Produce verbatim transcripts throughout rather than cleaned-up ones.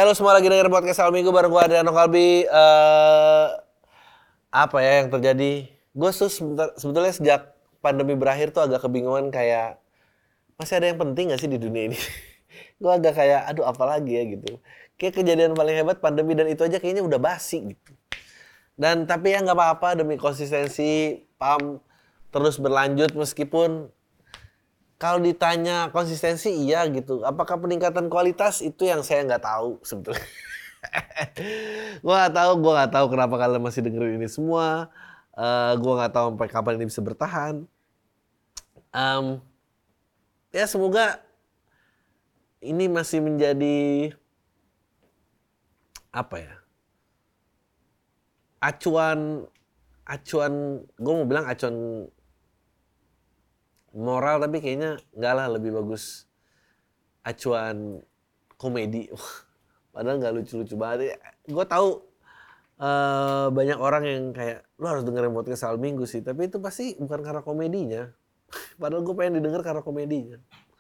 Eh lu semua lagi denger podcast Al Minggu bareng gue Adriano Kalbi. Uh, apa ya yang terjadi? Gue tuh sebetulnya sejak pandemi berakhir tuh agak kebingungan kayak masih ada yang penting gak sih di dunia ini? Gue agak kayak aduh apa lagi ya gitu. Kayak kejadian paling hebat pandemi dan itu aja kayaknya udah basi gitu. Dan tapi ya nggak apa-apa demi konsistensi P A M terus berlanjut meskipun kalau ditanya konsistensi iya gitu. Apakah peningkatan kualitas itu yang saya nggak tahu sebetulnya. Gue nggak tahu, gue nggak tahu kenapa kalian masih dengerin ini semua. Uh, gue nggak tahu sampai kapan ini bisa bertahan. Um, ya semoga ini masih menjadi apa ya? Acuan, acuan, gue mau bilang acuan moral tapi kayaknya nggak lah, lebih bagus acuan komedi. Padahal nggak lucu-lucu banget. Gue tahu uh, banyak orang yang kayak lu harus dengerin podcast Al Minggu sih, tapi itu pasti bukan karena komedinya. Padahal gue pengen didengar karena komedinya.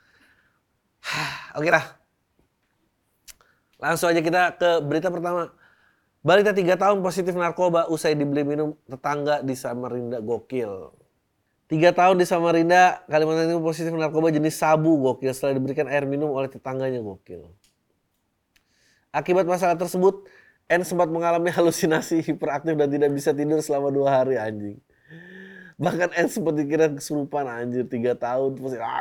Oke lah, langsung aja kita ke berita pertama. Balita tiga tahun positif narkoba usai dibeli minum tetangga di Samarinda, gokil. Tiga tahun di Samarinda, Kalimantan Timur positif narkoba jenis sabu, gokil, setelah diberikan air minum oleh tetangganya, gokil. Akibat masalah tersebut, N sempat mengalami halusinasi, hiperaktif dan tidak bisa tidur selama dua hari, anjing. Bahkan N sempat dikira kesurupan, anjir, tiga tahun.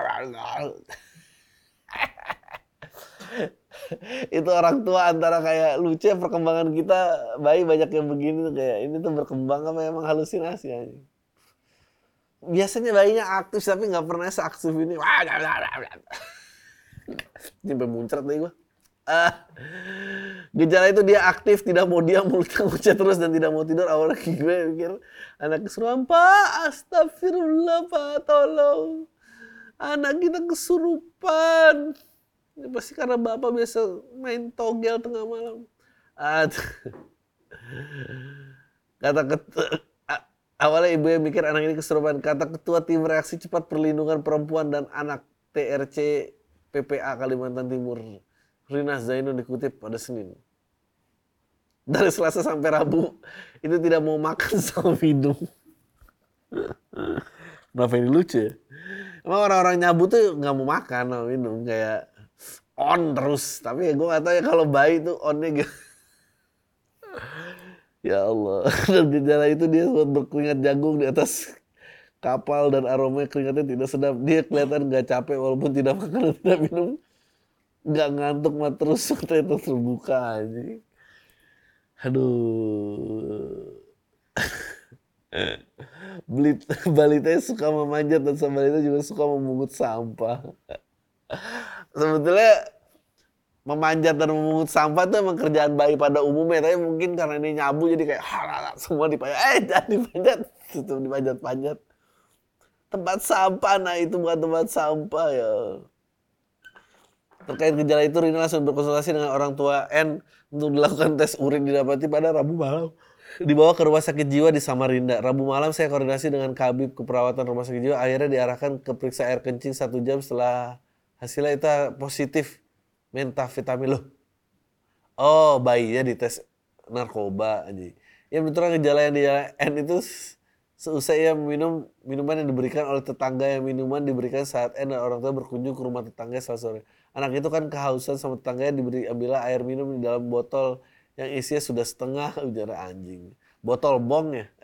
Itu orang tua antara kayak lucu ya perkembangan kita, bayi banyak yang begini tuh kayak ini tuh berkembang apa emang halusinasi, anjing. Biasanya bayinya aktif tapi nggak pernah seaktif ini. Sampai muncrat deh gue. Uh, gejala itu dia aktif, tidak mau diam, mulutnya ngucap terus dan tidak mau tidur. Awalnya gue pikir anak kesurupan. Pak, astagfirullah Pak, tolong. Anak kita kesurupan. Ini pasti karena bapak biasa main togel tengah malam. Uh, kata ketua, awalnya ibu yang mikir anak ini kesurupan. Kata ketua tim reaksi cepat perlindungan perempuan dan anak T R C P P A Kalimantan Timur, Rina Zainun, dikutip pada Senin. Dari Selasa sampai Rabu, itu tidak mau makan sama minum. Kenapa ini lucu ya? Emang orang-orang nyabu tuh gak mau makan sama minum, kayak on terus. Tapi ya gue gak tahu ya kalau bayi tuh onnya gitu. Ya Allah. Dan gejala itu dia sempat berkeringat jagung di atas kapal dan aromanya keringatnya tidak sedap. Dia kelihatan gak capek walaupun tidak makan dan tidak minum. Gak ngantuk mah terus matanya terbuka aja. Aduh. Balitanya suka memanjat dan sama balita juga suka memungut sampah. Sebetulnya memanjat dan memungut sampah itu emang kerjaan bayi pada umumnya, tapi mungkin karena ini nyabu jadi kayak halala, semua dipanjat, eh jangan dipanjat, itu dipanjat-panjat. Tempat sampah, nah itu bukan tempat sampah ya. Terkait gejala itu, Rina langsung berkonsultasi dengan orang tua N untuk dilakukan tes urin, didapati pada Rabu malam. Dibawa ke rumah sakit jiwa di Samarinda. Rabu malam saya koordinasi dengan Kabib keperawatan rumah sakit jiwa, akhirnya diarahkan ke periksa air kencing satu jam setelah hasilnya itu positif metavitamin. Loh. Oh, bayinya dites narkoba aja. Ya betul, gejala yang di N itu seusai ia minum minuman yang diberikan oleh tetangga, yang minuman diberikan saat N dan orang tua berkunjung ke rumah tetangga selasa sore. Anak itu kan kehausan sama tetangganya, diberi ambillah air minum di dalam botol yang isinya sudah setengah, ujar anjing. Botol bong ya.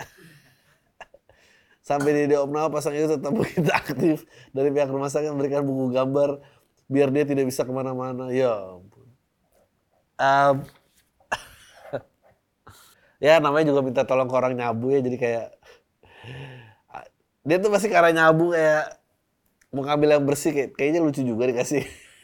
Sampai di diopname pasang itu tetap begitu aktif. Dari pihak rumah sakit memberikan buku gambar biar dia tidak bisa kemana-mana. Ya ampun. Um, ya namanya juga minta tolong ke orang nyabu ya, jadi kayak dia tuh pasti karena nyabu kayak mau ngambil yang bersih, kayak kayaknya lucu juga dikasih.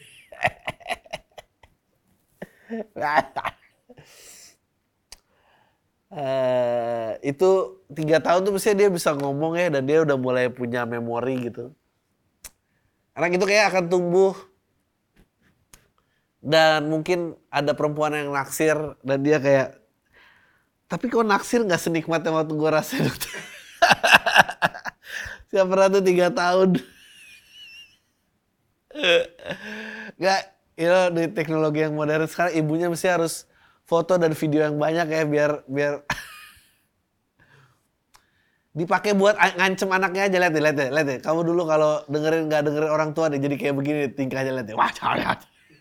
uh, itu tiga tahun tuh mestinya dia bisa ngomong ya, dan dia udah mulai punya memori gitu. Anak itu kayak akan tumbuh dan mungkin ada perempuan yang naksir dan dia kayak, tapi kok naksir nggak senikmat yang waktu gue rasain. Siapa pernah tuh tiga tahun. Nggak, Iya, di teknologi yang modern sekarang ibunya mesti harus foto dan video yang banyak ya biar biar dipakai buat a- ngancem anaknya aja. Lihat deh, lihat deh, lihat deh. Kamu dulu kalau dengerin nggak dengerin orang tua deh jadi kayak begini tingkahnya, lihat deh. Wah, lihat.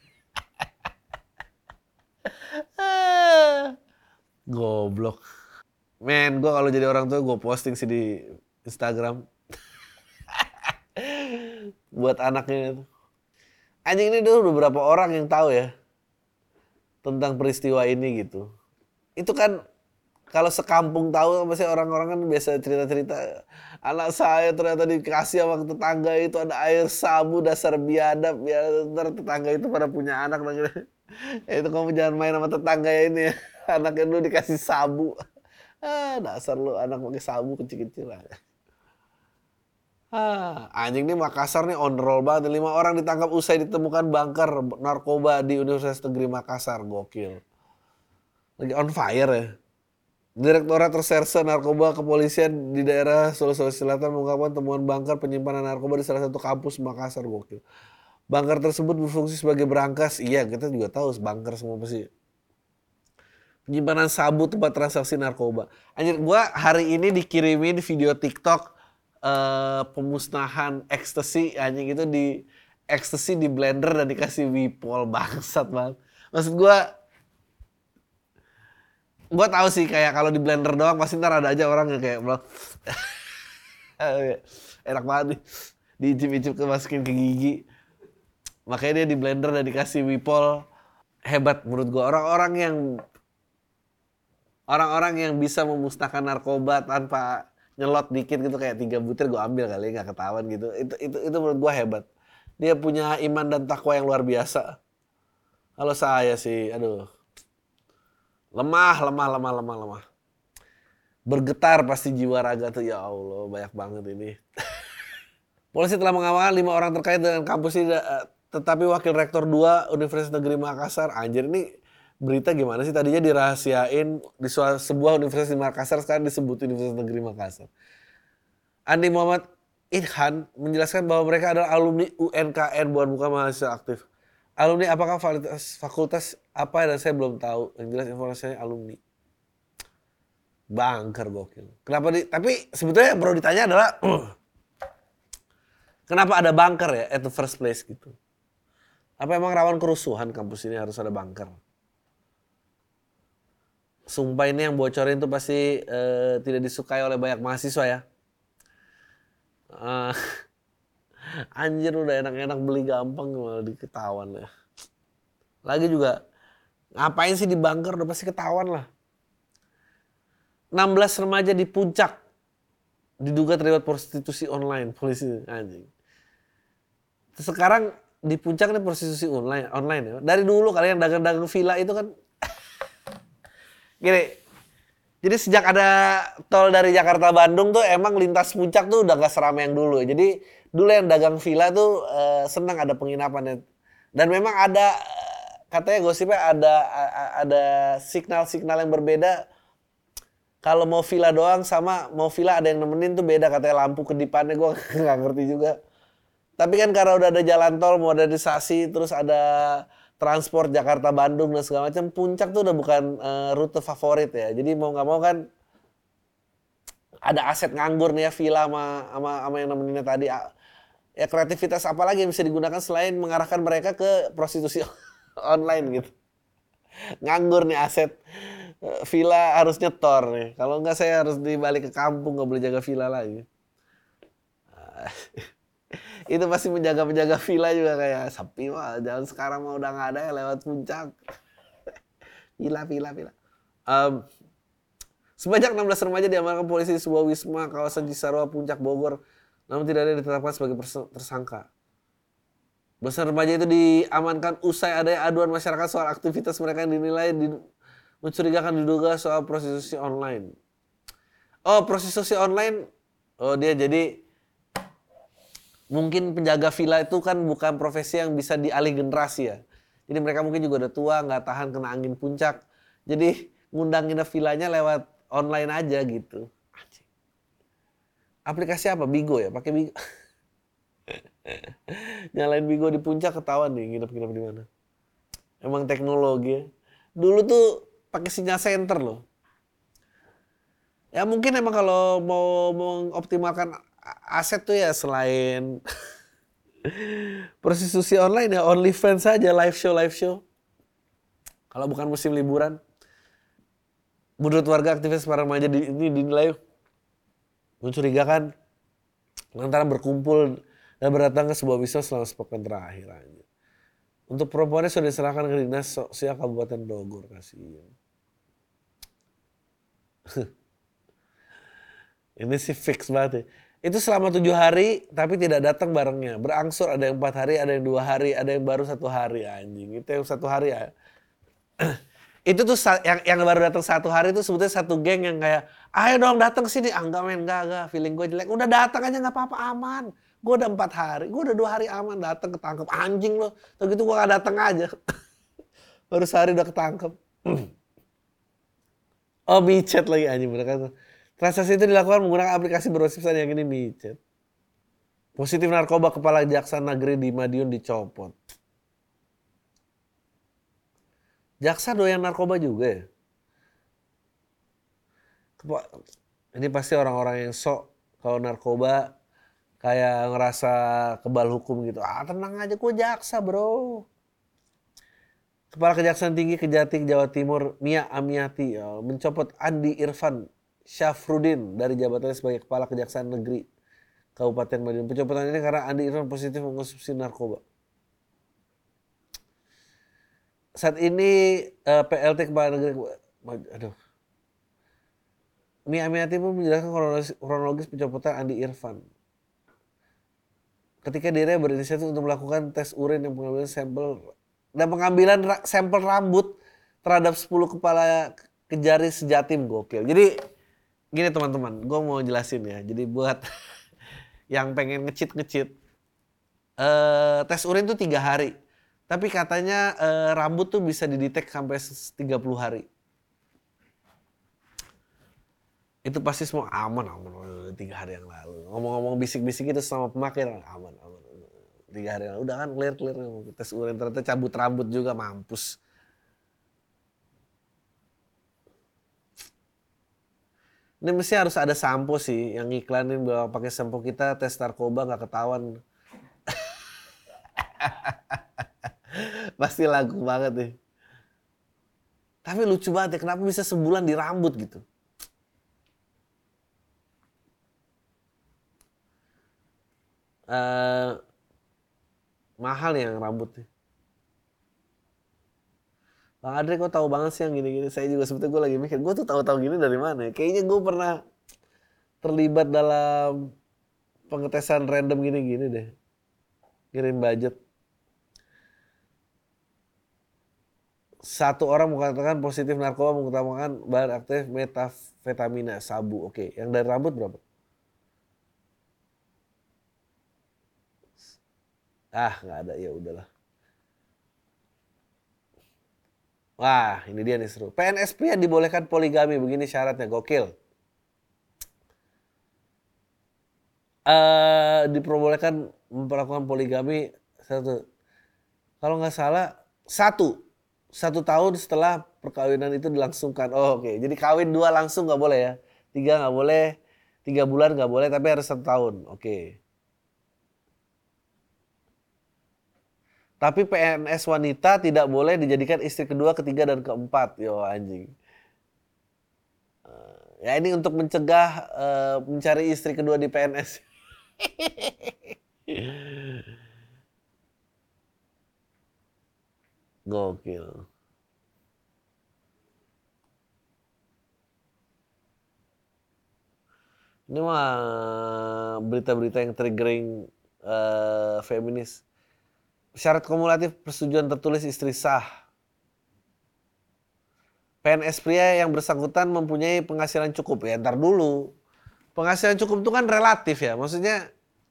Ah, goblok. Men, gue kalau jadi orang tua gue posting sih di Instagram buat anaknya itu. Anjing, ini dulu beberapa orang yang tahu ya tentang peristiwa ini gitu. Itu kan kalau sekampung tahu pasti orang-orang kan biasa cerita-cerita, anak saya ternyata dikasih sama tetangga itu ada air sabu dasar biadab ya, ntar tetangga itu pada punya anak lagi. Eh, itu kamu jangan main sama tetangga ya ini ya. Anaknya dulu dikasih sabu. Ah, dasar lu anak pakai sabu kecil-kecil lah. Ah, anjing nih Makassar nih on roll banget. Lima orang ditangkap usai ditemukan bunker narkoba di Universitas Negeri Makassar. Gokil. Lagi on fire ya. Direktorat Reserse Narkoba Kepolisian di daerah Sulawesi Selatan mengungkapkan temuan bunker penyimpanan narkoba di salah satu kampus Makassar. Gokil. Bunker tersebut berfungsi sebagai berangkas. Iya, kita juga tahu bunker semua pasti. Penyimpanan sabu tempat transaksi narkoba. Anjir, gua hari ini dikirimin video TikTok eh, pemusnahan ekstasi, anjing itu di ekstasi di blender dan dikasih wipol, bangsat banget. Maksud gua gua tahu sih kayak kalau di blender doang pasti ntar ada aja orang yang kayak bilang, enak banget nih diicip-icip ke masukin ke gigi. Makanya dia di blender dan dikasih wipol. Hebat menurut gua orang-orang yang orang-orang yang bisa memusnahkan narkoba tanpa nyelot dikit gitu kayak tiga butir gue ambil kali nggak ketahuan gitu. Itu itu itu menurut gue hebat. Dia punya iman dan takwa yang luar biasa. Kalau saya sih, aduh, lemah, lemah, lemah, lemah, lemah. Bergetar pasti jiwa raga tuh, ya Allah, banyak banget ini. Polisi telah mengamankan lima orang terkait dengan kampus ini, eh, tetapi wakil rektor dua Universitas Negeri Makassar, anjir ini berita gimana sih? Tadinya dirahasiain di sebuah universitas di Makassar, sekarang disebut Universitas Negeri Makassar. Andi Muhammad Irhan menjelaskan bahwa mereka adalah alumni U N K N, bukan bukan mahasiswa aktif. Alumni apakah fakultas, fakultas apa dan saya belum tahu. Yang jelas informasinya alumni. Bangker gokil. Kenapa di, tapi sebetulnya yang perlu ditanya adalah kenapa ada bunker ya at the first place gitu. Apa emang rawan kerusuhan kampus ini harus ada bunker? Sumpah ini yang bocorin tuh pasti eh, tidak disukai oleh banyak mahasiswa ya. Uh, anjir udah enak-enak beli gampang malah diketahuan ya. Lagi juga ngapain sih di bunker, udah pasti ketahuan lah. enam belas remaja di Puncak diduga terlibat prostitusi online, polisi anjing. Sekarang di Puncak nih prostitusi online online ya. Dari dulu kalian dagang-dagang villa itu kan gini. Jadi sejak ada tol dari Jakarta Bandung tuh emang lintas Puncak tuh udah gak seramai yang dulu. Jadi dulu yang dagang villa tuh uh, senang ada penginapannya. Dan memang ada katanya gosipnya ada ada signal-signal yang berbeda. Kalau mau villa doang sama mau villa ada yang nemenin tuh beda, katanya lampu kedipannya gue nggak ngerti juga. Tapi kan karena udah ada jalan tol, modernisasi, terus ada transport Jakarta Bandung dan segala macam, Puncak tuh udah bukan uh, rute favorit ya. Jadi mau nggak mau kan ada aset nganggur nih ya, villa sama sama, sama yang nemeninnya tadi. Ya kreativitas apa lagi yang bisa digunakan selain mengarahkan mereka ke prostitusi online gitu. Nganggur nih aset. Villa harus nyetor nih. Kalau enggak saya harus dibalik ke kampung, nggak boleh jaga villa lagi. Itu pasti menjaga-menjaga villa juga kayak sepi mah. Jangan sekarang mah udah nggak ada ya lewat Puncak. Villa, villa, villa. Um, sebanyak enam belas remaja diamankan polisi di sebuah wisma kawasan Cisarua, Puncak, Bogor. Namun tidak ada yang ditetapkan sebagai tersangka. Belasan remaja itu diamankan usai adanya aduan masyarakat soal aktivitas mereka yang dinilai di mencurigakan diduga soal prostitusi online. Oh, prostitusi online. Oh, dia jadi mungkin penjaga villa itu kan bukan profesi yang bisa dialih generasi ya. Jadi mereka mungkin juga udah tua, nggak tahan kena angin Puncak. Jadi ngundangin villanya lewat online aja gitu. Aplikasi apa? Bigo ya? Pakai Bigo. Nyalain Bigo di Puncak ketahuan nih nginep-nginep di mana. Emang teknologi ya. Dulu tuh pakai sinyal center loh. Ya mungkin emang kalau mau mengoptimalkan aset tuh ya selain prostitusi online ya OnlyFans saja, live show live show. Kalau bukan musim liburan. Menurut warga aktivis para remaja di, ini dinilai mencurigakan lantaran berkumpul dan berdatang ke sebuah wisma selama sepekan terakhir aja. Untuk perempuannya sudah diserahkan ke Dinas Sosial Kabupaten Bogor, kasihan. Ini sih fix banget ya. Itu selama tujuh hari tapi tidak datang barengnya. Berangsur ada yang empat hari, ada yang dua hari, ada yang baru satu hari anjing. Itu yang satu hari ya. Itu tuh yang yang baru datang satu hari itu sebetulnya satu geng yang kayak ayo dong datang sini. Ah enggak men, enggak, enggak. Feeling gue jelek. Udah datang aja nggak apa-apa aman. Gue udah empat hari, gue udah dua hari aman datang ketangkep anjing loh. Tuh gitu gue gak datang aja. Baru sehari udah ketangkep. Oh micet lagi anjing mereka tuh. Transaksi itu dilakukan menggunakan aplikasi berbasis pesan yang ini micet. Positif narkoba kepala jaksa negeri di Madiun dicopot. Jaksa doyan narkoba juga ya? Ini pasti orang-orang yang sok kalau narkoba kayak ngerasa kebal hukum gitu. Ah tenang aja, gue jaksa bro. Kepala Kejaksaan Tinggi Kejati Jawa Timur Mia Amiati ya, mencopot Andi Irfan Syafruddin dari jabatannya sebagai Kepala Kejaksaan Negeri Kabupaten Madiun. Pencopotan ini karena Andi Irfan positif mengkonsumsi narkoba. Saat ini uh, P L T Kepala Negeri, aduh. Mia Amiati pun menjelaskan kronologis, kronologis pencopotan Andi Irfan. Ketika dirinya berinisiatif untuk melakukan tes urin dan pengambilan sampel dan pengambilan ra, sampel rambut terhadap sepuluh kepala Kejari sejatim, gokil. Jadi gini teman-teman, gue mau jelasin ya. Jadi buat yang pengen ngecit-ngecit, uh, tes urin tuh tiga hari. Tapi katanya uh, rambut tuh bisa didetek sampai tiga puluh hari. Itu pasti semua aman, aman, tiga hari yang lalu. Ngomong-ngomong bisik-bisik itu sama pemakaian, aman, aman. Tiga hari yang lalu, udah kan clear-clear. Tes urin ternyata cabut rambut juga, mampus. Ini mesti harus ada sampo sih, yang iklanin bahwa pakai sampo kita tes narkoba gak ketahuan. Pasti laku banget nih. Tapi lucu banget ya, kenapa bisa sebulan di rambut gitu. Uh, mahal yang rambutnya. Bang Adri kok tahu banget sih yang gini-gini. Saya juga sebetulnya gue lagi mikir, gue tuh tahu-tahu gini dari mana ya? Kayaknya gue pernah terlibat dalam pengetesan random gini-gini deh. Kirim budget. Satu orang mengatakan positif narkoba mengutamakan bahan aktif metafetamina, sabu. Oke, yang dari rambut berapa? Ah, nggak ada, ya udahlah. Wah, ini dia nih seru. P N S pria dibolehkan poligami, begini syaratnya, gokil. Uh, diperbolehkan melakukan poligami satu. Kalau nggak salah satu, satu tahun setelah perkawinan itu dilangsungkan. Oh, oke, okay. Jadi kawin dua langsung nggak boleh ya? Tiga nggak boleh, tiga bulan nggak boleh, tapi harus satu tahun. Oke. Okay. Tapi P N S wanita tidak boleh dijadikan istri kedua, ketiga, dan keempat. Yo anjing. Uh, ya ini untuk mencegah uh, mencari istri kedua di P N S. Gokil. Ini mah berita-berita yang triggering uh, feminis. Syarat kumulatif persetujuan tertulis istri sah. P N S pria yang bersangkutan mempunyai penghasilan cukup. Ya ntar dulu. Penghasilan cukup itu kan relatif ya. Maksudnya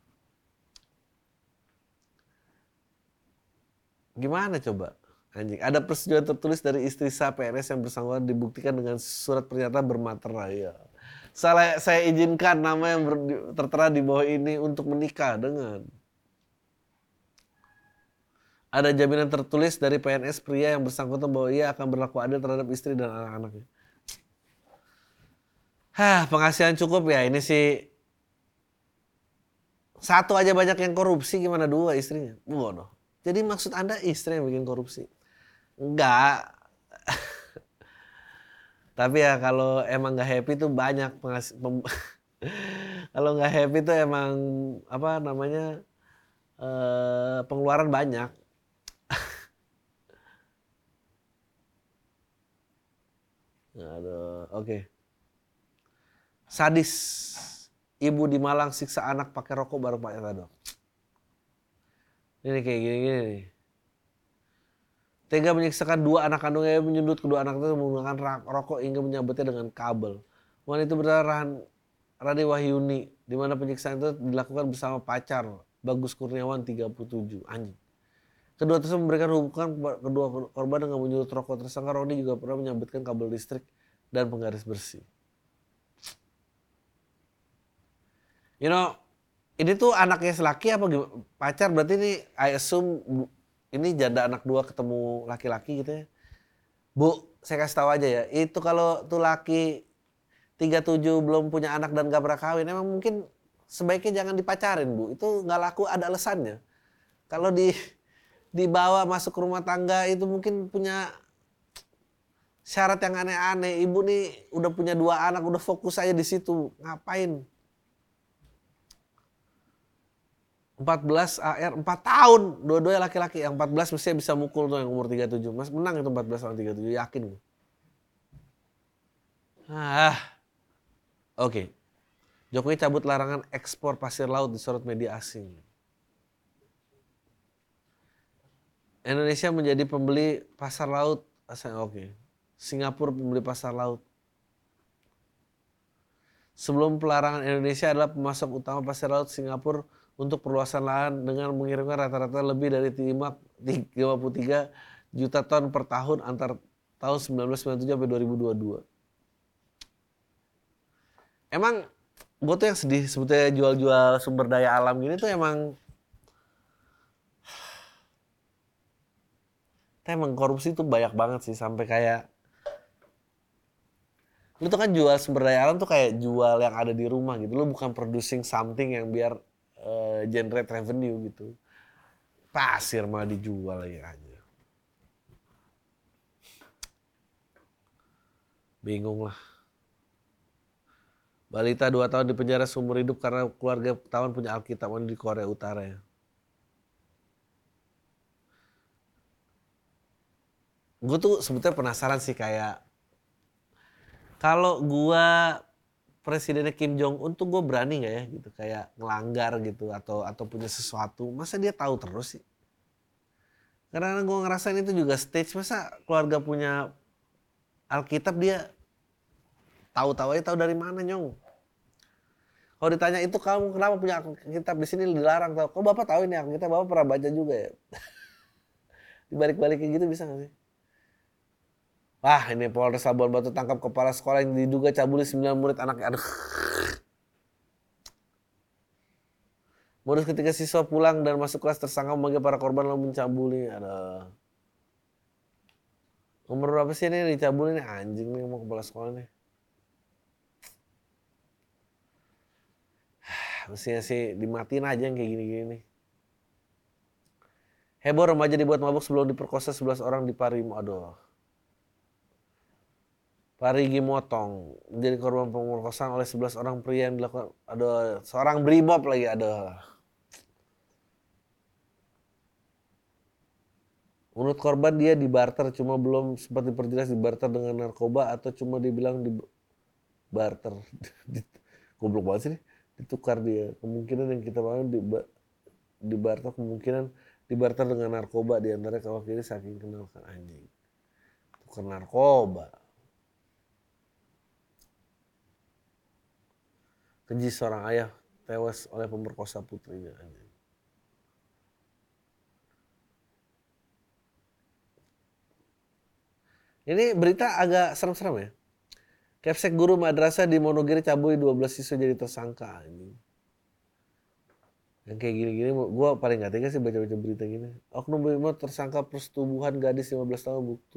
gimana coba? Anjing. Ada persetujuan tertulis dari istri sah P N S yang bersangkutan dibuktikan dengan surat pernyataan bermaterai. Ya. Salah, saya izinkan nama yang ber, tertera di bawah ini untuk menikah dengan. Ada jaminan tertulis dari P N S pria yang bersangkutan bahwa ia akan berlaku adil terhadap istri dan anak-anaknya. Hah, penghasilan cukup ya ini sih. Satu aja banyak yang korupsi, gimana dua istrinya? Bodoh. Jadi maksud Anda istri yang bikin korupsi? Enggak. Tapi ya kalau emang nggak happy tuh banyak penghas pem- kalau nggak happy tuh emang apa namanya eh, pengeluaran banyak. Aduh, oke. Sadis. Ibu di Malang siksa anak pakai rokok baru Pak Etado. Ini kayak gini-gini nih. Tega menyiksakan dua anak kandungnya, menyundut kedua anak itu menggunakan rokok hingga menyabetnya dengan kabel. Wanita itu bernama Rani Wahyuni, di mana penyiksaan itu dilakukan bersama pacar Bagus Kurniawan tiga puluh tujuh. Anjing. Kedua tersebut memberikan hubungan kedua korban dengan menyundut rokok. Tersangka Roni juga pernah menyabetkan kabel listrik dan penggaris bersih. You know, ini tuh anaknya selaki apa gimana? Pacar berarti ini I assume ini janda anak dua ketemu laki-laki gitu ya. Bu, saya kasih tahu aja ya. Itu kalau tuh laki tiga puluh tujuh belum punya anak dan gak pernah kawin, emang mungkin sebaiknya jangan dipacarin, Bu. Itu nggak laku, ada alasannya. Kalau di dibawa masuk rumah tangga itu mungkin punya syarat yang aneh-aneh. Ibu nih udah punya dua anak, udah fokus aja di situ. Ngapain? empat belas A R empat tahun, dua-duanya laki-laki. Yang empat belas mestinya bisa mukul tuh yang umur tiga puluh tujuh. Mas menang itu empat belas sama tiga puluh tujuh, yakin gue. Ah, oke. Okay. Jokowi cabut larangan ekspor pasir laut disorot media asing. Indonesia menjadi pembeli pasar laut. Oke. Okay. Singapura pembeli pasar laut. Sebelum pelarangan, Indonesia adalah pemasok utama pasir laut Singapura untuk perluasan lahan dengan mengirimkan rata-rata lebih dari lima puluh tiga juta ton per tahun antar tahun seribu sembilan ratus sembilan puluh tujuh sampai dua ribu dua puluh dua. Emang gue tuh yang sedih sebetulnya jual-jual sumber daya alam gini tuh emang emang korupsi tuh banyak banget sih sampai kayak lu tuh kan jual sumber daya alam tuh kayak jual yang ada di rumah gitu. Lu bukan producing something yang biar uh, generate revenue gitu. Pasir malah dijual ya aja. Bingung lah. Balita dua tahun di penjara seumur hidup karena keluarga ketahuan punya Alkitab di Korea Utara ya. Gue tuh sebetulnya penasaran sih kayak kalau gue presidennya Kim Jong Un tuh gue berani nggak ya gitu kayak ngelanggar gitu atau atau punya sesuatu, masa dia tahu terus sih? Karena gue ngerasain itu juga stage, masa keluarga punya Alkitab dia tahu-tahu aja, tahu dari mana nyong? Kalau ditanya itu kamu kenapa punya Alkitab di sini dilarang, tahu? Kok bapak tahu ini Alkitab, bapak pernah baca juga ya? Dibalik-balikin gitu bisa nggak sih? Wah ini Polres Labuan Batu tangkap kepala sekolah yang diduga cabuli sembilan murid anaknya. Aduh. Modus ketika siswa pulang dan masuk kelas tersangka memanggil para korban lalu mencabuli. Aduh. Umur berapa sih ini dicabuli nih anjing nih mau kepala sekolah nih. Mestinya sih dimatiin aja yang kayak gini-gini nih. Heboh remaja dibuat mabuk sebelum diperkosa sebelas orang di Parimo. Aduh. Parigi Motong menjadi korban pemerkosaan oleh sebelas orang pria yang dilakukan. Aduh, seorang brimob lagi. Aduh. Menurut korban dia dibarter, cuma belum sempat diperjelas dibarter dengan narkoba atau cuma dibilang dibarter. Goblok banget sih, ditukar dia. Kemungkinan yang kita mau di dibarter, kemungkinan dibarter dengan narkoba di antara kawah kiri saking kenal kan anjing. Tukar narkoba. Keji seorang ayah tewas oleh pemerkosa putrinya anjing. Ini berita agak serem-serem ya. Kepsek guru madrasah di Monogiri cabui dua belas siswa jadi tersangka. Yang kayak gini-gini gue paling gak tega sih baca-baca berita gini. Oknum Brimob tersangka persetubuhan gadis lima belas tahun bukti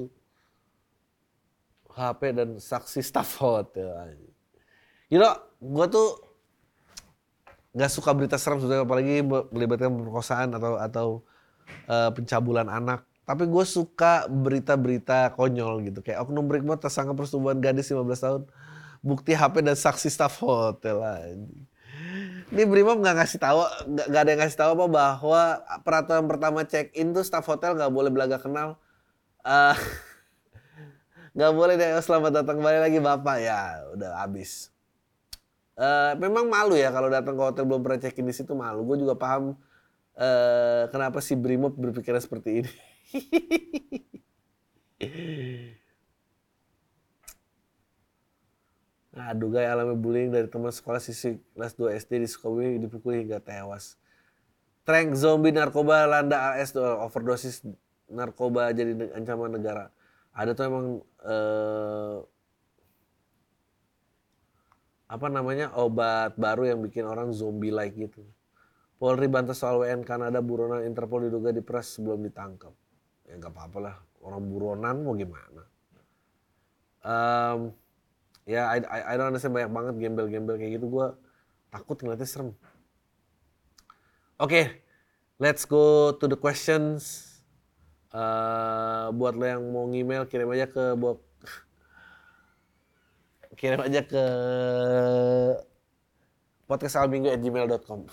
H P dan saksi staf hotel. You know, gue tuh gak suka berita serem sebetulnya, apalagi melibatkan pemerkosaan atau atau uh, pencabulan anak. Tapi gue suka berita-berita konyol gitu. Kayak Oknum Brimob tersangka persetubuhan gadis lima belas tahun, bukti H P dan saksi staf hotel aja. Ini Brimob nggak ngasih tahu, nggak ada yang ngasih tahu apa bahwa peraturan pertama check in tuh staf hotel nggak boleh belaga kenal, nggak uh, boleh deh selamat datang kembali lagi bapak, ya udah habis. Uh, memang malu ya kalau datang ke hotel belum pernah check in di situ, malu. Gue juga paham uh, kenapa si Brimob berpikiran seperti ini. Aduh, gaya alami bullying dari teman sekolah siswi kelas dua S D di Sukabumi dipukuli hingga tewas. Trank zombie narkoba landa A S overdosis narkoba jadi ancaman negara. Ada tuh emang eh, apa namanya obat baru yang bikin orang zombie like gitu. Polri bantah soal W N Kanada buronan Interpol diduga diperas sebelum ditangkap. Ya nggak apa-apa lah, orang buronan mau gimana. Um, ya I, I, I don't understand, banyak banget gembel-gembel kayak gitu, gue takut ngeliatnya serem. Oke, okay, let's go to the questions. Uh, buat lo yang mau ngemail kirim aja ke buat kirim aja ke podcast alminggu at gmail dot com.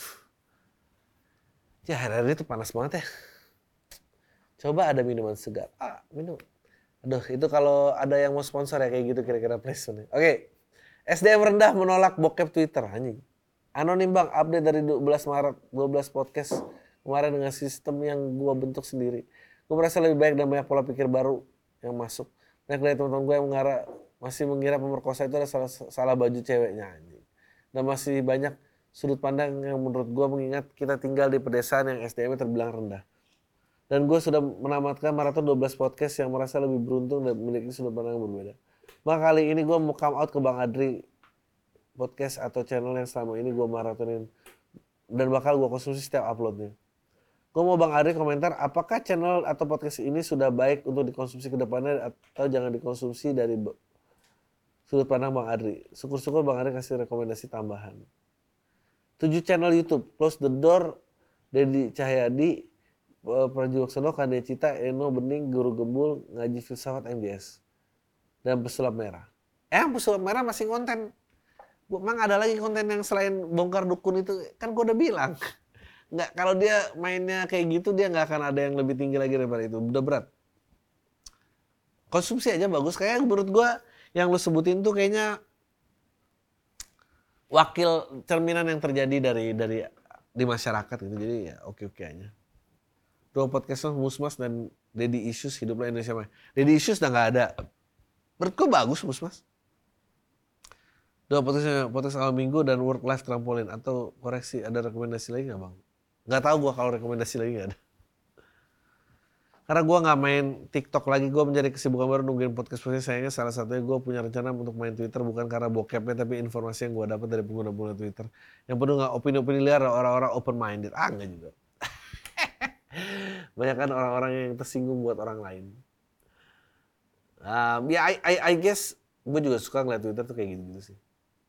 Ya hari-hari itu panas banget ya. Coba ada minuman segar. Ah, minum. Aduh, itu kalau ada yang mau sponsor ya kayak gitu kira-kira placement. Oke. Okay. S D M rendah menolak bokep Twitter, anjing. Anonim Bang, update dari dua belas Maret, dua belas podcast kemarin dengan sistem yang gua bentuk sendiri. Gue merasa lebih baik dan banyak pola pikir baru yang masuk. Banyak dari teman-teman gue yang mengira, masih mengira pemerkosa itu adalah salah, salah baju ceweknya, anjing. Dan masih banyak sudut pandang yang menurut gue mengingat kita tinggal di pedesaan yang S D M-nya terbilang rendah. Dan gue sudah menamatkan maraton dua belas podcast yang merasa lebih beruntung dan memiliki sudut pandang yang berbeda. Maka kali ini gue mau come out ke Bang Adri podcast atau channel yang selama ini gue maratonin dan bakal gue konsumsi setiap uploadnya. Gue mau Bang Adri komentar apakah channel atau podcast ini sudah baik untuk dikonsumsi ke depannya atau jangan dikonsumsi dari sudut pandang Bang Adri. Syukur-syukur Bang Adri kasih rekomendasi tambahan. tujuh channel YouTube, Close the Door, Dedi Cahyadi, Prajuwaksono, Kade Cita, Eno Bening, Guru Gembul, Ngaji Filsafat M G S, dan Pesulap Merah. Eh, Pesulap Merah masih konten. Emang ada lagi konten yang selain bongkar dukun itu? Kan gue udah bilang. Nggak, kalau dia mainnya kayak gitu, dia nggak akan ada yang lebih tinggi lagi daripada itu. Udah berat. Konsumsi aja bagus. Kayak menurut gue yang lu sebutin tuh kayaknya wakil cerminan yang terjadi dari dari di masyarakat gitu. Jadi ya oke-oke aja. Dua podcast Musmas dan Daddy Issues hiduplah Indonesia Maya. Daddy Issues udah nggak ada. Menurut gue bagus Musmas. Dua podcast podcast awal minggu dan work life trampolin, atau koreksi ada rekomendasi lagi nggak Bang? Nggak tahu gue kalau rekomendasi lagi nggak ada. Karena gue nggak main TikTok lagi, gue mencari kesibukan baru nungguin podcast podcast. Sayangnya salah satunya gue punya rencana untuk main Twitter bukan karena bokepnya tapi informasi yang gue dapat dari pengguna-pengguna Twitter yang penuh nggak opini-opini liar, orang-orang open minded. Ah nggak juga. Banyak kan orang-orang yang tersinggung buat orang lain. Um, ya, I, I, I guess gue juga suka ngeliat Twitter tuh kayak gitu-gitu sih.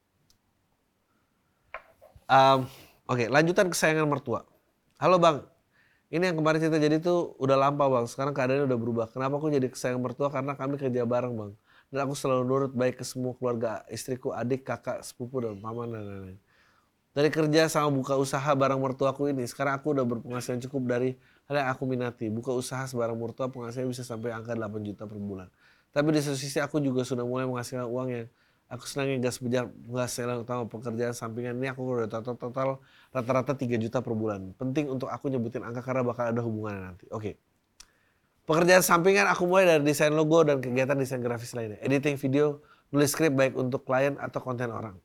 Um, Oke, okay, lanjutan kesayangan mertua. Halo Bang, ini yang kemarin cerita jadi tuh udah lampau Bang. Sekarang keadaannya udah berubah. Kenapa aku jadi kesayangan mertua? Karena kami kerja bareng Bang. Dan aku selalu nurut baik ke semua keluarga, istriku, adik, kakak, sepupu, dan paman, dan lain-lain. Dari kerja sama buka usaha bareng mertuaku ini, sekarang aku udah berpenghasilan cukup dari hal yang aku minati. Buka usaha sebarang mertua penghasilannya bisa sampai angka delapan juta per bulan. Tapi di satu sisi aku juga sudah mulai menghasilkan uang yang aku senangnya gas bejar penghasilan utama pekerjaan sampingan ini aku udah total, total rata-rata tiga juta per bulan. Penting untuk aku nyebutin angka karena bakal ada hubungannya nanti. Oke. Okay. Pekerjaan sampingan aku mulai dari desain logo dan kegiatan desain grafis lainnya. Editing video, nulis skrip baik untuk klien atau konten orang.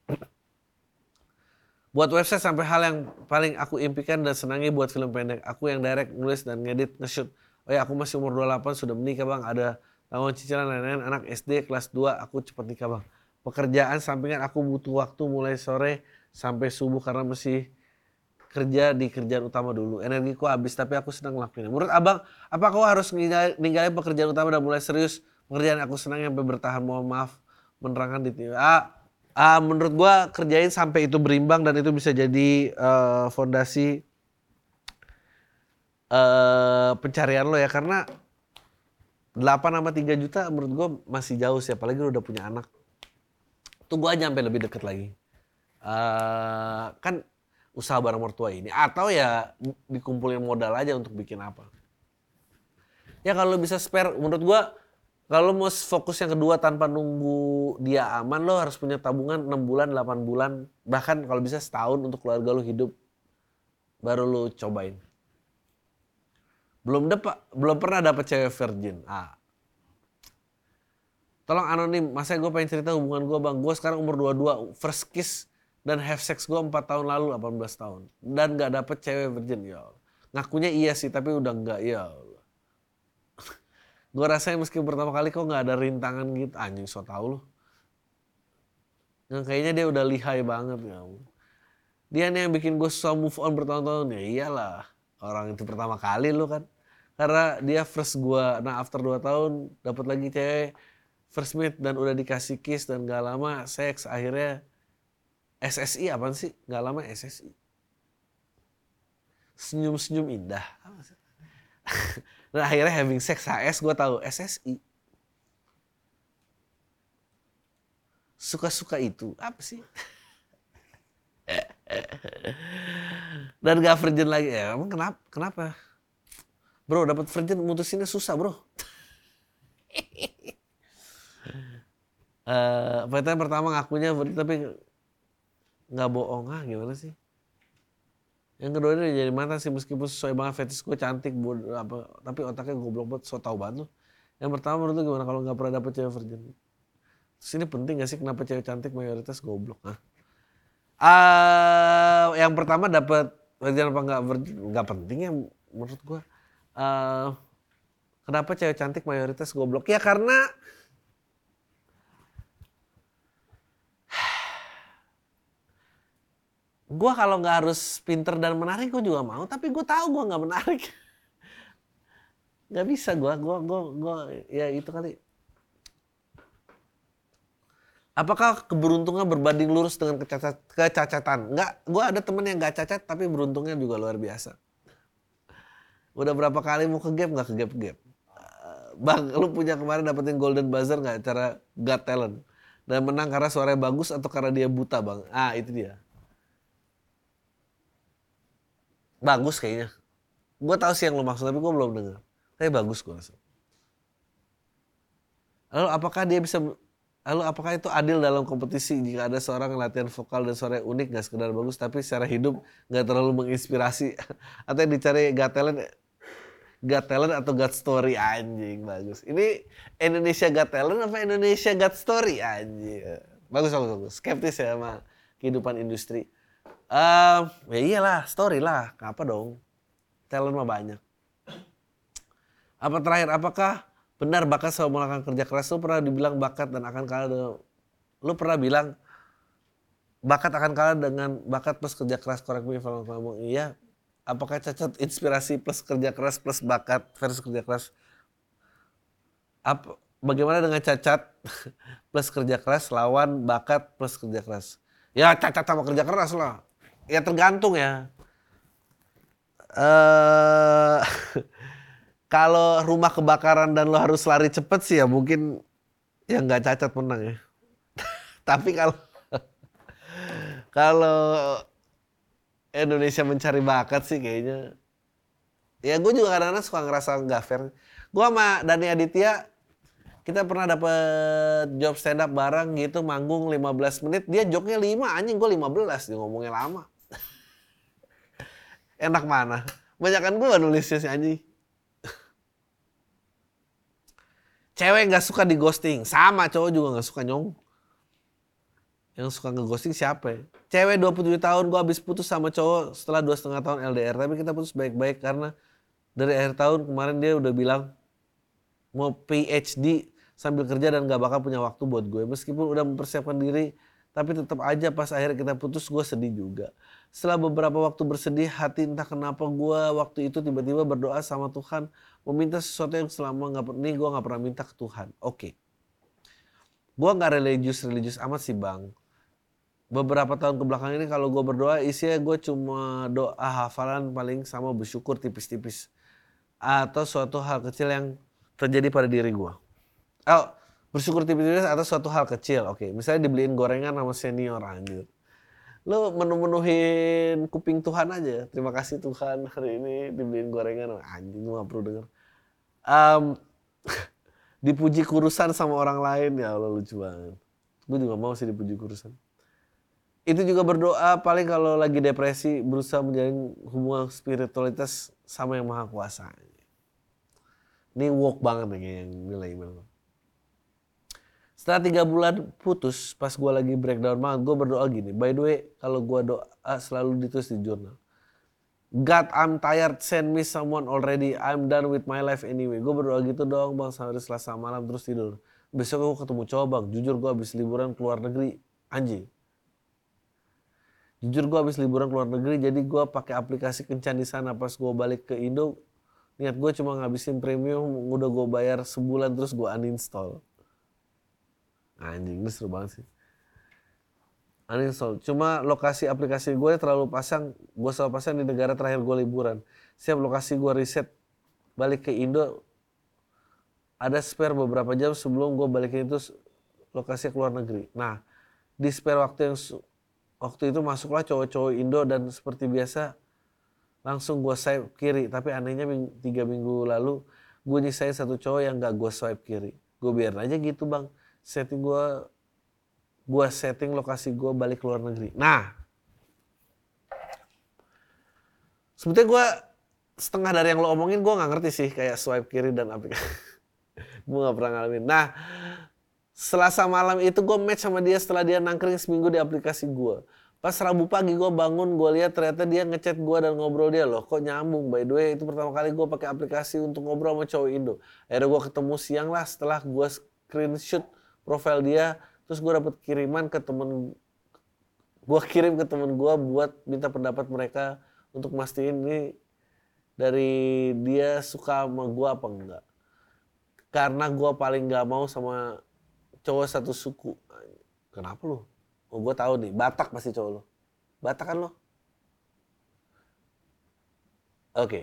Buat website sampai hal yang paling aku impikan dan senangi buat film pendek. Aku yang direct, nulis, dan ngedit, nge-shoot. Oh ya, aku masih umur dua puluh delapan, sudah menikah Bang. Ada tanggungan cicilan lain-lain, anak S D kelas dua, aku cepat nikah Bang. Pekerjaan sampingan aku butuh waktu mulai sore sampai subuh karena masih kerja di kerjaan utama dulu. Energiku habis tapi aku senang ngelakuinnya. Menurut abang, apa aku harus ninggal- ninggalin pekerjaan utama dan mulai serius pekerjaan aku senang sampai bertahan? Mohon maaf menerangkan di T V. Ah, ah, menurut gua kerjain sampai itu berimbang dan itu bisa jadi eh, fondasi eh, pencarian lo ya, karena delapan sama tiga juta menurut gua masih jauh sih, apalagi lo udah punya anak. Tuh gua aja sampai lebih deket lagi. Eh, kan usaha bareng mertua ini, atau ya dikumpulin modal aja untuk bikin apa. Ya kalau bisa spare, menurut gua kalau mau fokus yang kedua tanpa nunggu dia aman, lo harus punya tabungan enam bulan, delapan bulan, bahkan kalau bisa setahun untuk keluarga lo hidup, baru lo cobain. Belum dapat, belum pernah dapet cewek virgin. Ah. Tolong anonim, masa gue pengen cerita hubungan gue bang. Gue sekarang umur dua puluh dua, first kiss dan have sex gue empat tahun lalu, delapan belas tahun. Dan gak dapet cewek virgin, ya Allah. Ngakunya iya sih, tapi udah enggak, ya Allah. Gue rasanya meski pertama kali kok gak ada rintangan gitu. Anjing, so tau lu. Yang kayaknya dia udah lihai banget, ya Allah. Dia nih yang bikin gue susah move on bertahun-tahun. Ya iyalah, orang itu pertama kali lu kan. Karena dia first gue, nah after dua tahun dapet lagi cewek first meet dan udah dikasih kiss dan gak lama seks, akhirnya S S I apaan sih? Gak lama S S I. Senyum-senyum indah. Dan akhirnya having sex H S, gue tahu S S I. Suka-suka itu apa sih? Dan gak virgin lagi. Ya, emang kenapa? Kenapa? Bro, dapat virgin mutusinnya susah, bro. Uh, pertanyaan pertama ngakunya tapi nggak bohong, ah gimana sih? Yang kedua ini jadi mantan sih, meskipun sesuai banget fetish gue cantik bodo, apa, tapi otaknya goblok banget, so tau banget lu. Yang pertama menurut lu gimana kalau nggak pernah dapet cewek virgin? Terus ini penting gak sih kenapa cewek cantik mayoritas goblok? Ah, uh, yang pertama dapet virgin apa nggak virgin nggak penting ya menurut gue. Uh, kenapa cewek cantik mayoritas goblok? Ya karena gue kalau nggak harus pinter dan menarik gue juga mau, tapi gue tahu gue nggak menarik. Nggak bisa gue, gue, gue, gue, ya itu kali. Apakah keberuntungan berbanding lurus dengan kecacat, kecacatan? Nggak, gue ada temen yang nggak cacat tapi beruntungnya juga luar biasa. Udah berapa kali mau ke gap nggak ke gap gap. Bang, lu punya kemarin dapetin golden buzzer nggak cara Got Talent? Dan menang karena suaranya bagus atau karena dia buta bang? Ah itu dia. Bagus kayaknya. Gue tahu sih yang lo maksud, tapi gue belum dengar. Tapi bagus gue rasa. Lalu apakah dia bisa, lalu apakah itu adil dalam kompetisi jika ada seorang latihan vokal dan suara unik, gak sekedar bagus, tapi secara hidup gak terlalu menginspirasi? Atau yang dicari Got Talent, Got Talent atau Got Story? Anjing, bagus. Ini Indonesia Got Talent apa Indonesia Got Story? Anjing. Bagus, bagus, bagus. Skeptis ya sama kehidupan industri. Uh, ya iyalah, story lah. Apa dong? Talent mah banyak. Apa terakhir, apakah benar bakat selalu melakukan kerja keras? Lu pernah dibilang bakat dan akan kalah dengan... Lu pernah bilang bakat akan kalah dengan bakat plus kerja keras. Correct me if I'm wrong. Iya. Apakah cacat inspirasi plus kerja keras plus bakat versus kerja keras? Apa, bagaimana dengan cacat plus kerja keras lawan bakat plus kerja keras? Ya cacat sama kerja keras lah. Ya tergantung ya. Uh, kalau rumah kebakaran dan lo harus lari cepet sih ya mungkin yang nggak cacat menang ya. Tapi kalau kalau Indonesia mencari bakat sih kayaknya. Ya gue juga kadang-kadang suka ngerasa nggak fair. Gue sama Dani Aditya kita pernah dapet job stand up bareng gitu, manggung lima belas menit, dia joknya lima, anjing gue lima belas, dia ngomongnya lama. Enak mana? Banyakan gue nulisnya si anjing. Cewek gak suka di ghosting, sama cowok juga gak suka nyong. Yang suka nge-ghosting siapa ya? Cewek dua puluh tujuh tahun, gue habis putus sama cowok setelah dua setengah tahun L D R. Tapi kita putus baik-baik karena dari akhir tahun kemarin dia udah bilang mau P H D sambil kerja dan gak bakal punya waktu buat gue. Meskipun udah mempersiapkan diri Tapi tetap aja pas akhirnya kita putus gue sedih juga. Setelah beberapa waktu bersedih hati entah kenapa gue waktu itu tiba-tiba berdoa sama Tuhan. Meminta sesuatu yang selama gak pernah, nih gue gak pernah minta ke Tuhan. Oke. Okay. Gue gak religius-religius amat sih bang. Beberapa tahun kebelakang ini kalau gue berdoa isinya gue cuma doa hafalan paling sama bersyukur tipis-tipis. Atau suatu hal kecil yang terjadi pada diri gue. Oh, bersyukur tipis-tipis atau suatu hal kecil. Oke, misalnya dibeliin gorengan sama senior anjir. Lo menu-menuhin kuping Tuhan aja. Terima kasih Tuhan hari ini dibeliin gorengan. Anjing gue gak perlu denger. Um, dipuji kurusan sama orang lain. Ya Allah lucu banget. Gue juga mau sih dipuji kurusan. Itu juga berdoa paling kalau lagi depresi berusaha menjalin hubungan spiritualitas sama yang maha kuasa. Ini woke banget nih yang nilai email. Setelah tiga bulan putus, pas gue lagi breakdown banget, gue berdoa gini. By the way, kalau gue doa selalu ditulis di jurnal. God, I'm tired, send me someone already. I'm done with my life anyway. Gue berdoa gitu doang bang, sampai Selasa malam terus tidur. Besok gue ketemu cowok bang, jujur gue habis liburan keluar negeri. Anjing. Jujur gue habis liburan keluar negeri, jadi gue pakai aplikasi kencan di sana. Pas gue balik ke Indo, niat gue cuma ngabisin premium, udah gue bayar sebulan terus gue uninstall. Anjing, ini seru banget sih. Uninstall. Cuma lokasi aplikasi gue terlalu pasang, gue selalu pasang di negara terakhir gue liburan. Siap lokasi gue riset, balik ke Indo, ada spare beberapa jam sebelum gue balikin itu lokasi ke luar negeri. Nah, di spare waktu yang waktu itu masuklah cowok-cowok Indo dan seperti biasa langsung gue swipe kiri. Tapi anehnya ming- tiga minggu lalu gue nyisain satu cowok yang gak gue swipe kiri. Gue biarin aja gitu bang. Setting gue, gue setting lokasi gue balik ke luar negeri. Nah, sebetulnya gue setengah dari yang lo omongin gue gak ngerti sih. Kayak swipe kiri dan aplikasi. Gue gak pernah ngalamin. Nah, Selasa malam itu gue match sama dia setelah dia nangkring seminggu di aplikasi gue. Pas Rabu pagi gue bangun, gue lihat ternyata dia ngechat gue dan ngobrol dia. Loh kok nyambung, by the way itu pertama kali gue pakai aplikasi untuk ngobrol sama cowok Indo. Akhirnya gue ketemu siang lah setelah gue screenshot profile dia. Terus gue dapet kiriman ke temen, gue kirim ke temen gue buat minta pendapat mereka untuk mastiin ini dari dia suka sama gue apa enggak. Karena gue paling gak mau sama cowok satu suku. Kenapa lu? Oh gue tahu nih, Batak pasti cowok lu. Batak kan lo? Oke. Okay.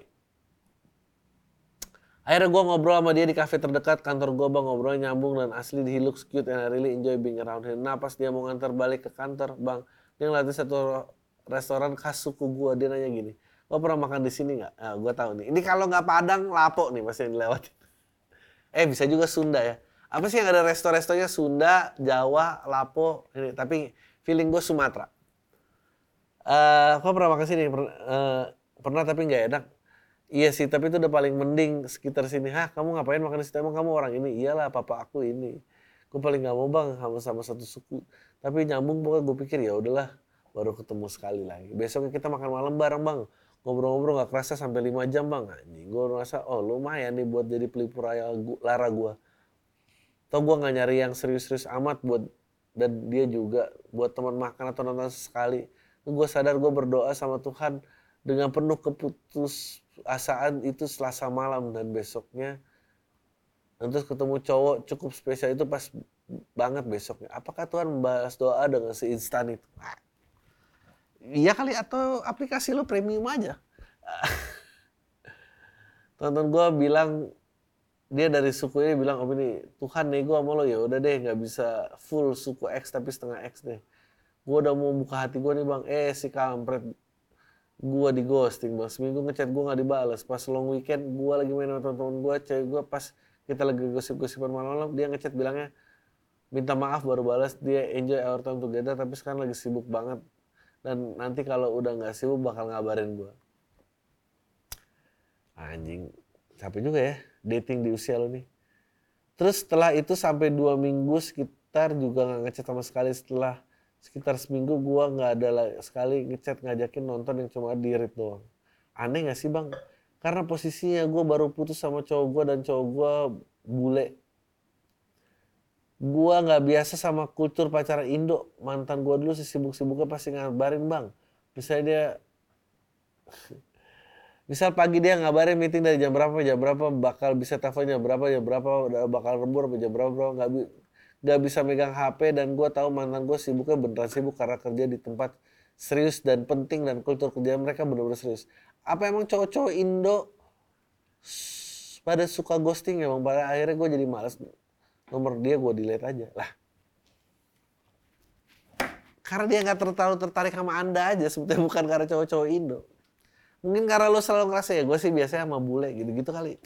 Akhirnya gue ngobrol sama dia di kafe terdekat kantor gue bang, ngobrol nyambung dan asli, he looks cute and I really enjoy being around him. Nah pas dia mau nganter balik ke kantor bang, dia ngeliatin satu restoran khas suku gue, dia nanya gini, lo pernah makan di sini nggak? Nah, gue tahu nih. Ini kalau nggak Padang, Lapo nih pasti yang dilewatin. Eh bisa juga Sunda ya. Apa sih yang ada resto-restonya Sunda, Jawa, Lapo, ini. Tapi feeling gue Sumatera. Uh, kok pernah makan sini? Per, uh, pernah tapi nggak enak. Iya sih, tapi itu udah paling mending sekitar sini. Hah, kamu ngapain makan di situ? Emang kamu orang ini? Iyalah, papa aku ini. Gue paling nggak mau bang, sama-sama satu suku. Tapi nyambung pokoknya gue pikir ya udahlah, baru ketemu sekali lagi. Besoknya kita makan malam bareng bang. Ngobrol-ngobrol nggak kerasa sampai lima jam bang. Anjing, gue ngerasa oh lumayan nih buat jadi pelipur lara gue. Tau gue nggak nyari yang serius-serius amat buat, dan dia juga buat teman makan atau nonton sekali. Gue sadar gue berdoa sama Tuhan dengan penuh keputusasaan itu Selasa malam dan besoknya. Dan terus ketemu cowok cukup spesial itu pas banget besoknya. Apakah Tuhan membalas doa dengan seinstan itu? Nah, iya kali, atau aplikasi lo premium aja. Tonton gue bilang, dia dari suku ini bilang, om ini Tuhan nego sama lo, ya udah deh nggak bisa full suku X tapi setengah X deh. Gue udah mau buka hati gue nih bang, eh si kampret gue di ghosting bang, seminggu ngechat gue nggak dibalas. Pas long weekend gue lagi main sama teman-teman gue, cewek gue pas kita lagi gosip-gosipan malam-malam, dia ngechat bilangnya minta maaf baru balas, dia enjoy our time together tapi sekarang lagi sibuk banget dan nanti kalau udah nggak sibuk bakal ngabarin gue. Anjing, capek juga ya dating di usia lo nih. Terus setelah itu sampai dua minggu sekitar juga nggak ngechat sama sekali. Setelah sekitar seminggu gue nggak ada sekali ngechat ngajakin nonton yang cuma di read doang. Aneh nggak sih bang? Karena posisinya gue baru putus sama cowok gue dan cowok gue bule. Gua nggak biasa sama kultur pacaran Indo. Mantan gua dulu sibuk-sibuknya pasti ngabarin bang. Misalnya dia, misal pagi dia ngabarin meeting dari jam berapa, jam berapa bakal bisa telepon jam berapa, jam berapa udah bakal lembur, jam berapa, berapa nggak bi nggak bisa megang H P dan gua tahu mantan gua sibuknya beneran sibuk karena kerja di tempat serius dan penting dan kultur kerja mereka bener-bener serius. Apa emang cowok-cowok Indo pada suka ghosting ya bang? Pada akhirnya gue jadi males nomor dia gue delete aja lah. Karena dia nggak terlalu tertarik sama anda aja sebetulnya, bukan karena cowok-cowok Indo. Mungkin karena lo selalu ngerasa ya gue sih biasanya sama bule gitu-gitu kali.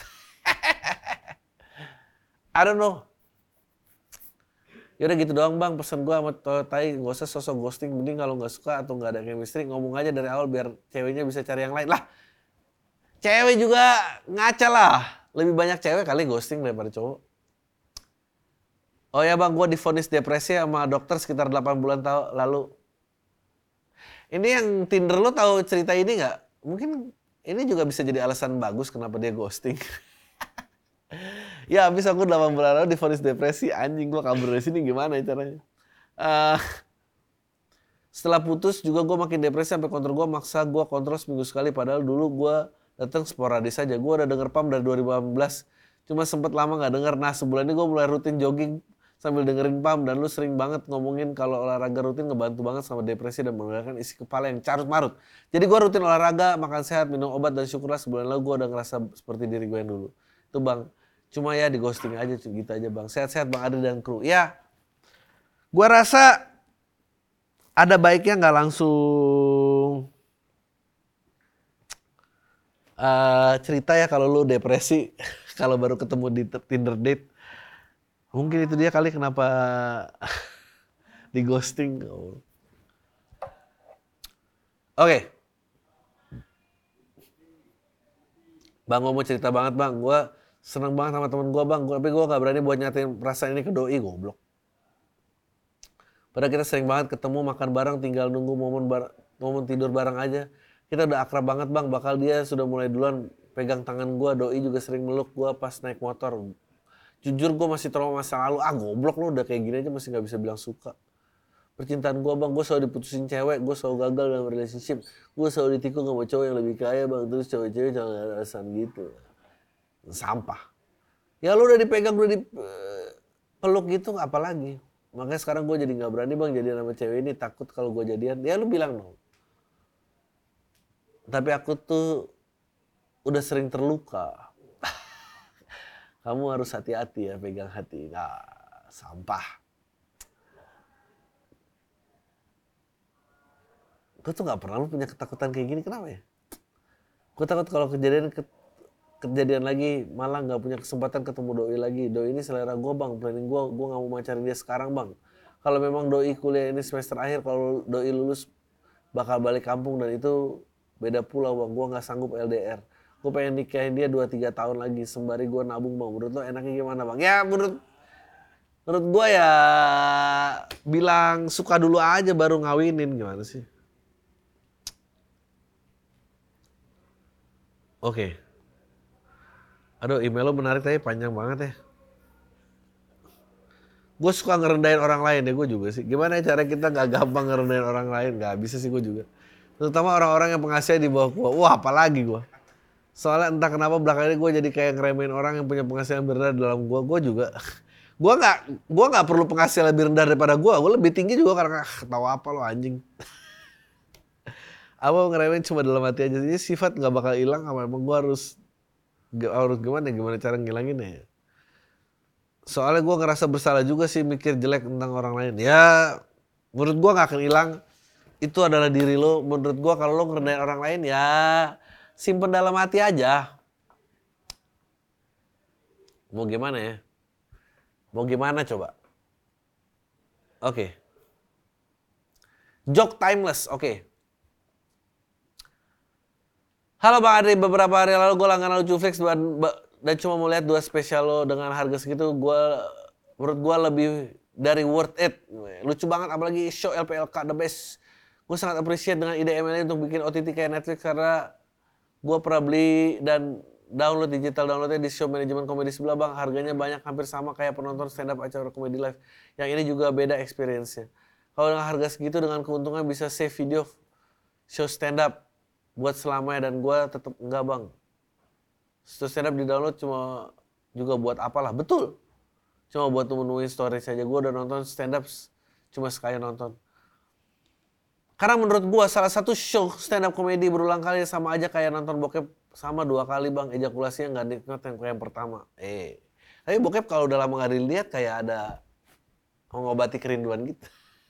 I don't know. Yaudah gitu doang bang pesan gue sama Tai, gak usah sosok ghosting, mending kalau nggak suka atau nggak ada chemistry ngomong aja dari awal biar ceweknya bisa cari yang lain lah. Cewek juga ngaca lah, lebih banyak cewek kali ghosting daripada cowok. Oh ya bang, gue divonis depresi sama dokter sekitar delapan bulan tahu lalu. Ini yang Tinder lo tahu cerita ini nggak? Mungkin ini juga bisa jadi alasan bagus kenapa dia ghosting. Ya habis aku delapan bulan lalu divonis depresi, anjing gue kabur dari sini gimana caranya? Uh, setelah putus juga gue makin depresi sampai kontrol gue maksa gue kontrol seminggu sekali padahal dulu gue datang sporadis aja. Gue udah denger P A M dari dua ribu delapan belas, cuma sempet lama nggak denger. Nah sebulan ini gue mulai rutin jogging sambil dengerin P A M dan lu sering banget ngomongin kalau olahraga rutin ngebantu banget sama depresi dan mengeluarkan isi kepala yang carut marut. Jadi gue rutin olahraga, makan sehat, minum obat dan syukurlah sebulan lalu gue udah ngerasa seperti diri gue yang dulu. Itu bang. Cuma ya di ghosting aja gitu aja bang. Sehat-sehat bang Adri dan kru. Ya, gue rasa ada baiknya nggak langsung uh, cerita ya kalau lu depresi kalau baru ketemu di Tinder date. Mungkin itu dia kali kenapa di ghosting. Oke. Okay. Bang gue mau cerita banget bang. Gue seneng banget sama temen gue bang, tapi gue gak berani buat nyatain perasaan ini ke doi, goblok. Padahal kita sering banget ketemu, makan bareng, tinggal nunggu momen bar- momen tidur bareng aja. Kita udah akrab banget bang, bakal dia sudah mulai duluan pegang tangan gue, doi juga sering meluk gue pas naik motor. Jujur gue masih trauma masa lalu, ah goblok lu udah kayak gini aja masih gak bisa bilang suka. Percintaan gue bang, gue selalu diputusin cewek, gue selalu gagal dalam relationship. Gue selalu ditikung sama cowok yang lebih kaya bang, terus cewek-cewek jangan ada alasan gitu. Sampah. Ya lu udah dipegang, udah dipeluk gitu apalagi. Makanya sekarang gue jadi gak berani bang jadian sama cewek ini, takut kalau gue jadian. Ya lu bilang dong. Tapi aku tuh udah sering terluka. Kamu harus hati-hati ya pegang hati. Nah, sampah. Gue tuh gak pernah lu punya ketakutan kayak gini, kenapa ya? Gue takut kalau kejadian ke kejadian lagi malah nggak punya kesempatan ketemu doi lagi. Doi ini selera gue bang, planning gue, gue nggak mau macarin dia sekarang bang. Kalau memang doi kuliah ini semester akhir, kalau doi lulus bakal balik kampung dan itu beda pulau bang. Gue nggak sanggup L D R. Gue pengen nikahin dia dua tiga tahun lagi sembari gue nabung bang. Menurut lo enaknya gimana bang? Ya menurut menurut gue ya bilang suka dulu aja baru ngawinin, gimana sih? Oke. Okay. Aduh, email lo menarik tapi panjang banget ya. Gue suka ngerendahin orang lain ya, gue juga sih. Gimana cara kita gak gampang ngerendahin orang lain? Gak bisa sih gue juga. Terutama orang-orang yang penghasilan di bawah gue. Wah, apalagi gue. Soalnya entah kenapa belakangan ini gue jadi kayak ngeremehin orang yang punya penghasilan rendah dalam gue. Gue juga. Gue gak, gue gak perlu penghasilan lebih rendah daripada gue. Gue lebih tinggi juga karena ah, tahu apa lo anjing. Apa ngeremehin cuma dalam hati aja. Jadi sifat gak bakal hilang. Apa emang gue harus harus gimana gimana cara ngilanginnya ya. Soalnya gue ngerasa bersalah juga sih mikir jelek tentang orang lain. Ya menurut gue gak akan hilang. Itu adalah diri lo. Menurut gue kalau lo ngerendahin orang lain ya simpen dalam hati aja. Mau gimana ya? Mau gimana coba? Oke. Okay. Joke timeless, oke. Okay. Halo Bang Adri, beberapa hari lalu gue langganan Lucuflix dan, dan cuma mau lihat dua spesial lo dengan harga segitu. Gue menurut gue lebih dari worth it. Lucu banget apalagi show L P L K the best. Gue sangat appreciate dengan ide M L A untuk bikin O T T kayak Netflix karena gue pernah beli dan download digital downloadnya di shop manajemen komedi sebelah bang. Harganya banyak hampir sama kayak penonton stand up acara komedi live. Yang ini juga beda experience-nya. Kalau dengan harga segitu dengan keuntungan bisa save video show stand up buat selamanya dan gue tetap enggak bang. Show stand up di download cuma juga buat apalah, betul. Cuma buat memenuhi story saja. Gue udah nonton stand up cuma sekali nonton. Karena menurut gue salah satu show stand up komedi berulang kali sama aja kayak nonton bokep sama dua kali bang. Ejakulasinya nggak nikmat yang kayak yang pertama. Eh, tapi bokep kalau udah lama nggak dilihat kayak ada mengobati kerinduan gitu.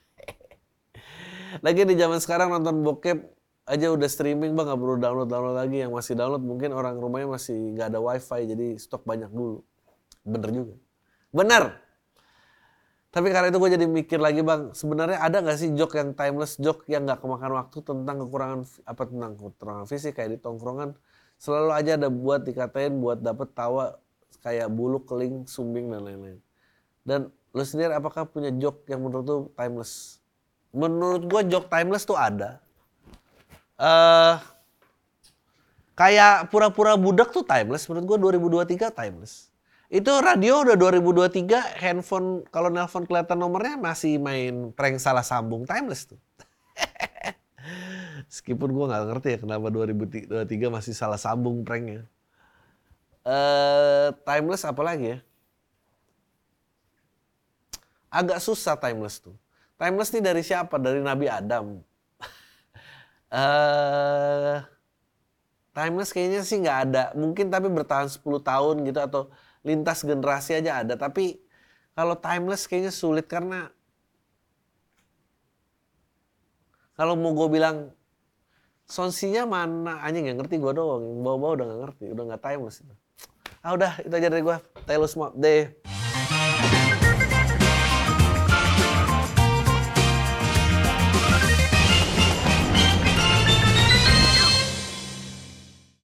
Lagi di zaman sekarang nonton bokep aja udah streaming bang, nggak perlu download-download lagi. Yang masih download mungkin orang rumahnya masih nggak ada wifi jadi stok banyak dulu. Bener juga. Bener. Tapi karena itu gue jadi mikir lagi bang, sebenarnya ada nggak sih joke yang timeless, joke yang nggak kemakan waktu tentang kekurangan apa tentang kekurangan fisik kayak di tongkrongan selalu aja ada buat dikatain buat dapet tawa kayak bulu, keling, sumbing dan lain-lain. Dan lu sendiri apakah punya joke yang menurut lu timeless? Menurut gue joke timeless tuh ada. Uh, kayak pura-pura budak tuh timeless, menurut gue dua ribu dua puluh tiga timeless. Itu radio udah dua ribu dua puluh tiga, handphone kalau nelpon kelihatan nomornya masih main prank salah sambung, timeless tuh. Meskipun gue nggak ngerti ya kenapa dua ribu dua puluh tiga masih salah sambung pranknya. Uh, timeless apa lagi ya? Agak susah timeless tuh. Timeless nih dari siapa? Dari Nabi Adam. uh, timeless kayaknya sih nggak ada. Mungkin tapi bertahan sepuluh tahun gitu atau lintas generasi aja ada, tapi kalau timeless kayaknya sulit karena kalau mau gue bilang sonsinya mana anjing nggak ngerti gue doang, yang bawa-bawa udah nggak ngerti, udah nggak timeless itu. Ah udah itu aja dari gue, Taylor Swift deh.